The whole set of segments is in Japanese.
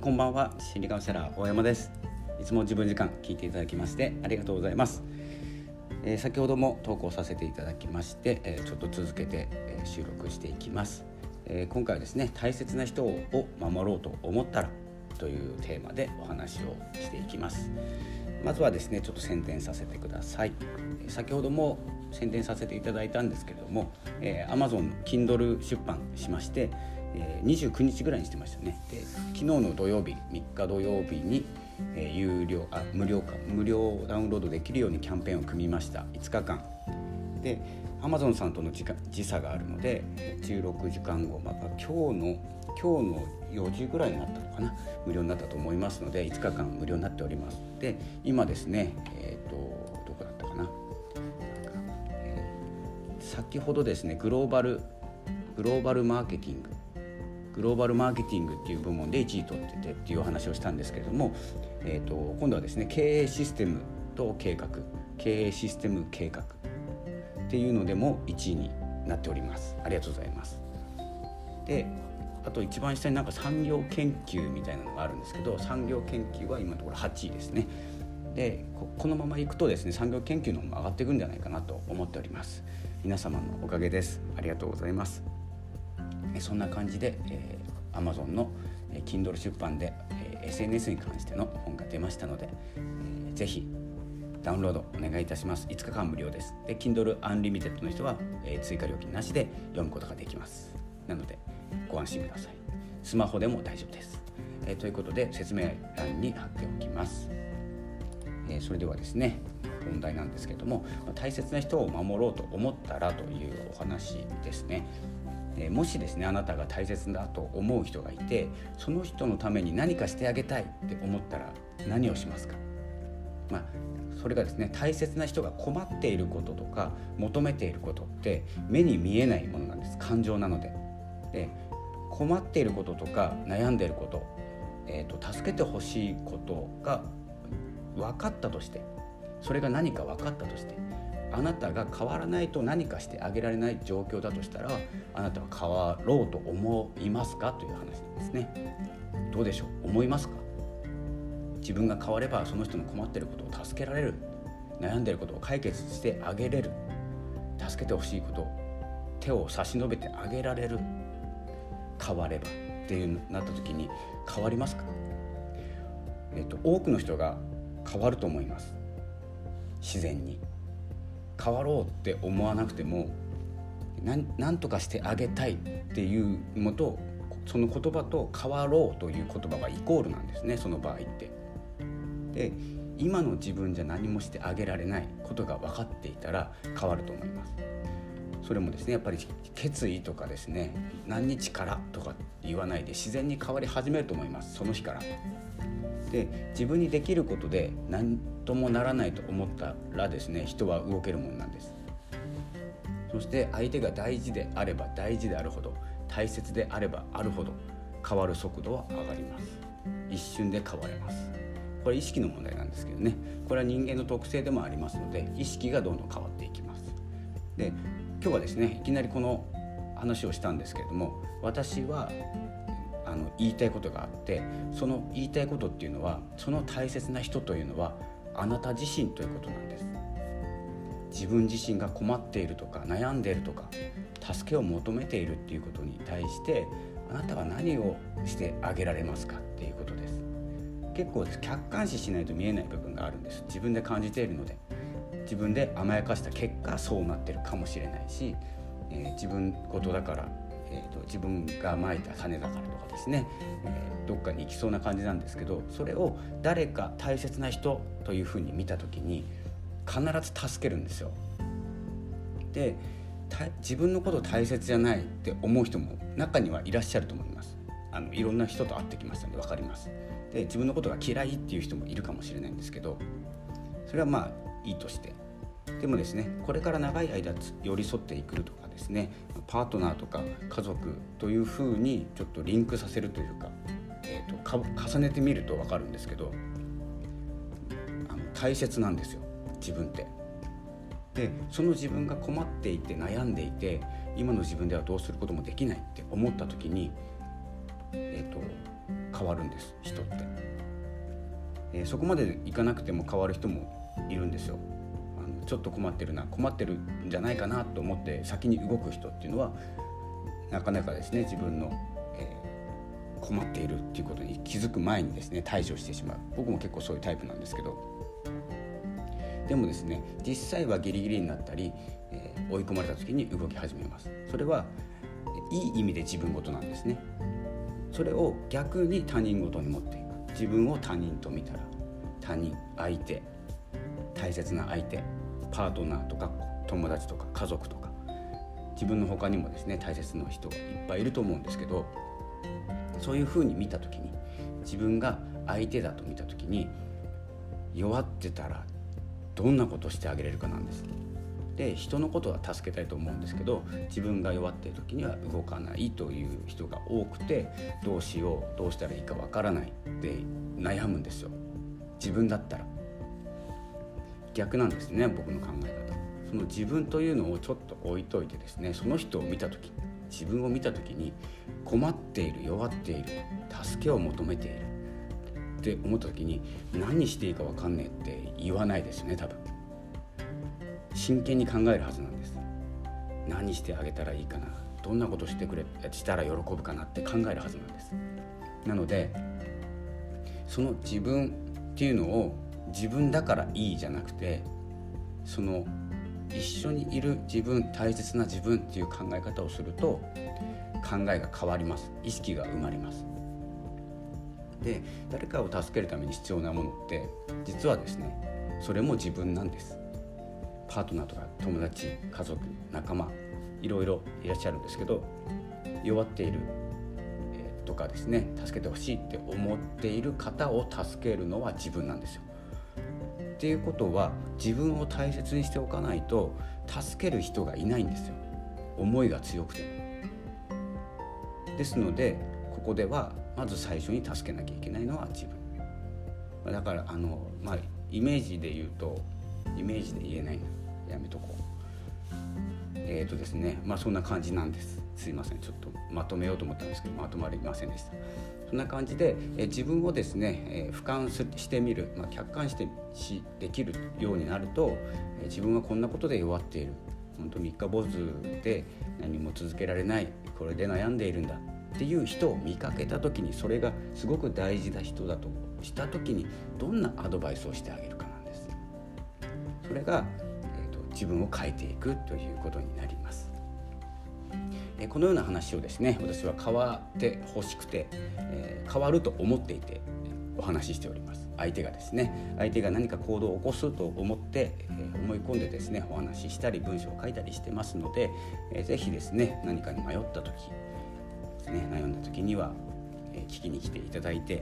こんばんは。心理カウンセラー大山です。いつも自分時間聞いていただきましてありがとうございます。先ほども投稿させていただきまして、ちょっと続けて、収録していきます。今回はですね、大切な人を守ろうと思ったらというテーマでお話をしていきます。まずはですね、ちょっと宣伝させてください。先ほども宣伝させていただいたんですけれども、Amazon Kindle 出版しまして、29日ぐらいにしてましたね。で、昨日の土曜日、3日土曜日に、無料ダウンロードできるようにキャンペーンを組みました。5日間で Amazon さんとの時差があるので16時間後、今日の4時ぐらいになったのかな、無料になったと思いますので5日間無料になっております。で、今ですね、どこだったかな、先ほどですね、グローバルマーケティングっていう部門で1位取っててっていうお話をしたんですけれども、今度はですね、経営システム計画っていうのでも1位になっております。ありがとうございます。で、あと一番下に産業研究みたいなのがあるんですけど、産業研究は今のところ8位ですね。で、このままいくとですね、産業研究の方も上がっていくんじゃないかなと思っております。皆様のおかげです。ありがとうございます。そんな感じで、Amazon の Kindle 出版で、SNS に関しての本が出ましたので、ぜひダウンロードお願いいたします。5日間無料です。で、Kindle Unlimited の人は、追加料金なしで読むことができます。なのでご安心ください。スマホでも大丈夫です。ということで説明欄に貼っておきます。それではですね、本題なんですけれども、大切な人を守ろうと思ったらというお話ですね。もしですね、あなたが大切だと思う人がいて、その人のために何かしてあげたいって思ったら何をしますか？それがですね、大切な人が困っていることとか求めていることって目に見えないものなんです。感情なので。で、困っていることとか悩んでいること、助けてほしいことが分かったとして、それが何か分かったとして、あなたが変わらないと何かしてあげられない状況だとしたら、あなたは変わろうと思いますかという話なんですね。どうでしょう、思いますか？自分が変わればその人の困っていることを助けられる、悩んでいることを解決してあげれる、助けてほしいことを手を差し伸べてあげられる、変わればっていうなった時に変わりますか？多くの人が変わると思います。自然に変わろうって思わなくても、何とかしてあげたいっていうのと、その言葉と変わろうという言葉がイコールなんですね、その場合って。で、今の自分じゃ何もしてあげられないことが分かっていたら変わると思います。それもですね、やっぱり決意とかですね、何日からとか言わないで自然に変わり始めると思います。その日から。で、自分にできることで何ともならないと思ったらですね、人は動けるものなんです。そして相手が大事であれば大事であるほど、大切であればあるほど変わる速度は上がります。一瞬で変われます。これ意識の問題なんですけどね、これは人間の特性でもありますので、意識がどんどん変わっていきます。で、今日はですね、いきなりこの話をしたんですけれども、私は言いたいことがあって、その言いたいことっていうのは、その大切な人というのはあなた自身ということなんです。自分自身が困っているとか悩んでいるとか助けを求めているっていうことに対して、あなたは何をしてあげられますかっていうことです。結構客観視しないと見えない部分があるんです。自分で感じているので、自分で甘やかした結果そうなってるかもしれないし、自分事だから、自分がまいた種だからとかですね、どっかに行きそうな感じなんですけど、それを誰か大切な人というふうに見たときに必ず助けるんですよ。で、自分のこと大切じゃないって思う人も中にはいらっしゃると思います。いろんな人と会ってきましたので分かります。で、自分のことが嫌いっていう人もいるかもしれないんですけど、それはいいとして、でもですね、これから長い間寄り添っていくとかですね、パートナーとか家族というふうにちょっとリンクさせるというか、重ねてみると分かるんですけど、大切なんですよ、自分って。で、その自分が困っていて悩んでいて、今の自分ではどうすることもできないって思った時に、 変わるんです、人って。そこまでいかなくても変わる人もいるんですよ。ちょっと困ってるんじゃないかなと思って先に動く人っていうのはなかなかですね、自分の、困っているっていうことに気づく前にですね対処してしまう。僕も結構そういうタイプなんですけど、でもですね、実際はギリギリになったり、追い込まれた時に動き始めます。それはいい意味で自分ごとなんですね。それを逆に他人ごとに持っていく。自分を他人と見たら、他人、相手、大切な相手、パートナーとか友達とか家族とか、自分の他にもですね大切な人がいっぱいいると思うんですけど、そういうふうに見た時に、自分が相手だと見た時に、弱ってたらどんなことをしてあげれるかなんです。で、人のことは助けたいと思うんですけど、自分が弱っている時には動かないという人が多くて、どうしよう、どうしたらいいかわからないって悩むんですよ。自分だったら。逆なんですね、僕の考え方。その自分というのをちょっと置いといてですね、その人を見た時、自分を見た時に、困っている、弱っている、助けを求めているって思った時に、何していいか分かんねえって言わないですよね。多分真剣に考えるはずなんです。何してあげたらいいかな、どんなことしたら喜ぶかなって考えるはずなんです。なので、その自分っていうのを自分だからいいじゃなくて、その一緒にいる自分、大切な自分っていう考え方をすると、考えが変わります。意識が生まれます。で、誰かを助けるために必要なものって実はですね、それも自分なんです。パートナーとか友達、家族、仲間、いろいろいらっしゃるんですけど、弱っている、とかですね、助けてほしいって思っている方を助けるのは自分なんですよ。っていうことは、自分を大切にしておかないと助ける人がいないんですよ。思いが強くても。ですので、ここではまず最初に助けなきゃいけないのは自分。だからイメージで言うと、イメージで言えないな、やめとこう。ですね、そんな感じなんです。すいません、ちょっとまとめようと思ったんですけどまとまりませんでした。そんな感じで、自分をですね、俯瞰してみる、客観視できるようになると、自分はこんなことで弱っている、本当三日坊主で何も続けられない、これで悩んでいるんだっていう人を見かけた時に、それがすごく大事な人だとした時に、どんなアドバイスをしてあげるかなんです。それが、自分を変えていくということになります。このような話をですね、私は変わってほしくて、変わると思っていてお話ししております。相手が何か行動を起こすと思って、思い込んでですねお話ししたり文章を書いたりしてますので、ぜひですね、何かに迷った時ですね、悩んだ時には、聞きに来ていただいて、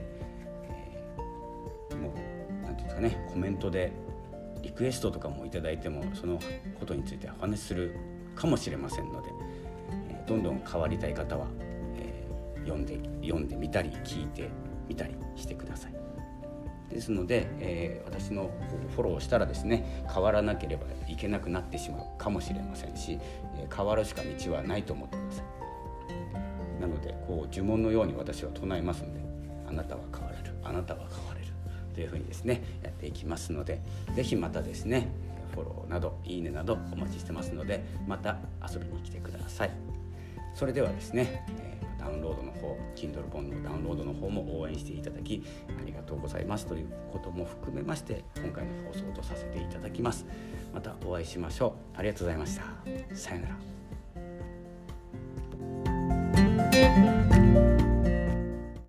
もうなんていうんですかね、コメントでリクエストとかもいただいても、そのことについてお話しするかもしれませんので、どんどん変わりたい方は、読んでみたり聞いてみたりしてください。ですので、私のフォローをしたらですね、変わらなければいけなくなってしまうかもしれませんし、変わるしか道はないと思ってください。なので、呪文のように私は唱えますので、あなたは変われる、あなたは変われるというふうにですねやっていきますので、ぜひまたですねフォローなどいいねなどお待ちしてますので、また遊びに来てください。それではですね、ダウンロードの方、Kindle 本のダウンロードの方も応援していただきありがとうございますということも含めまして、今回の放送とさせていただきます。またお会いしましょう。ありがとうございました。さよなら。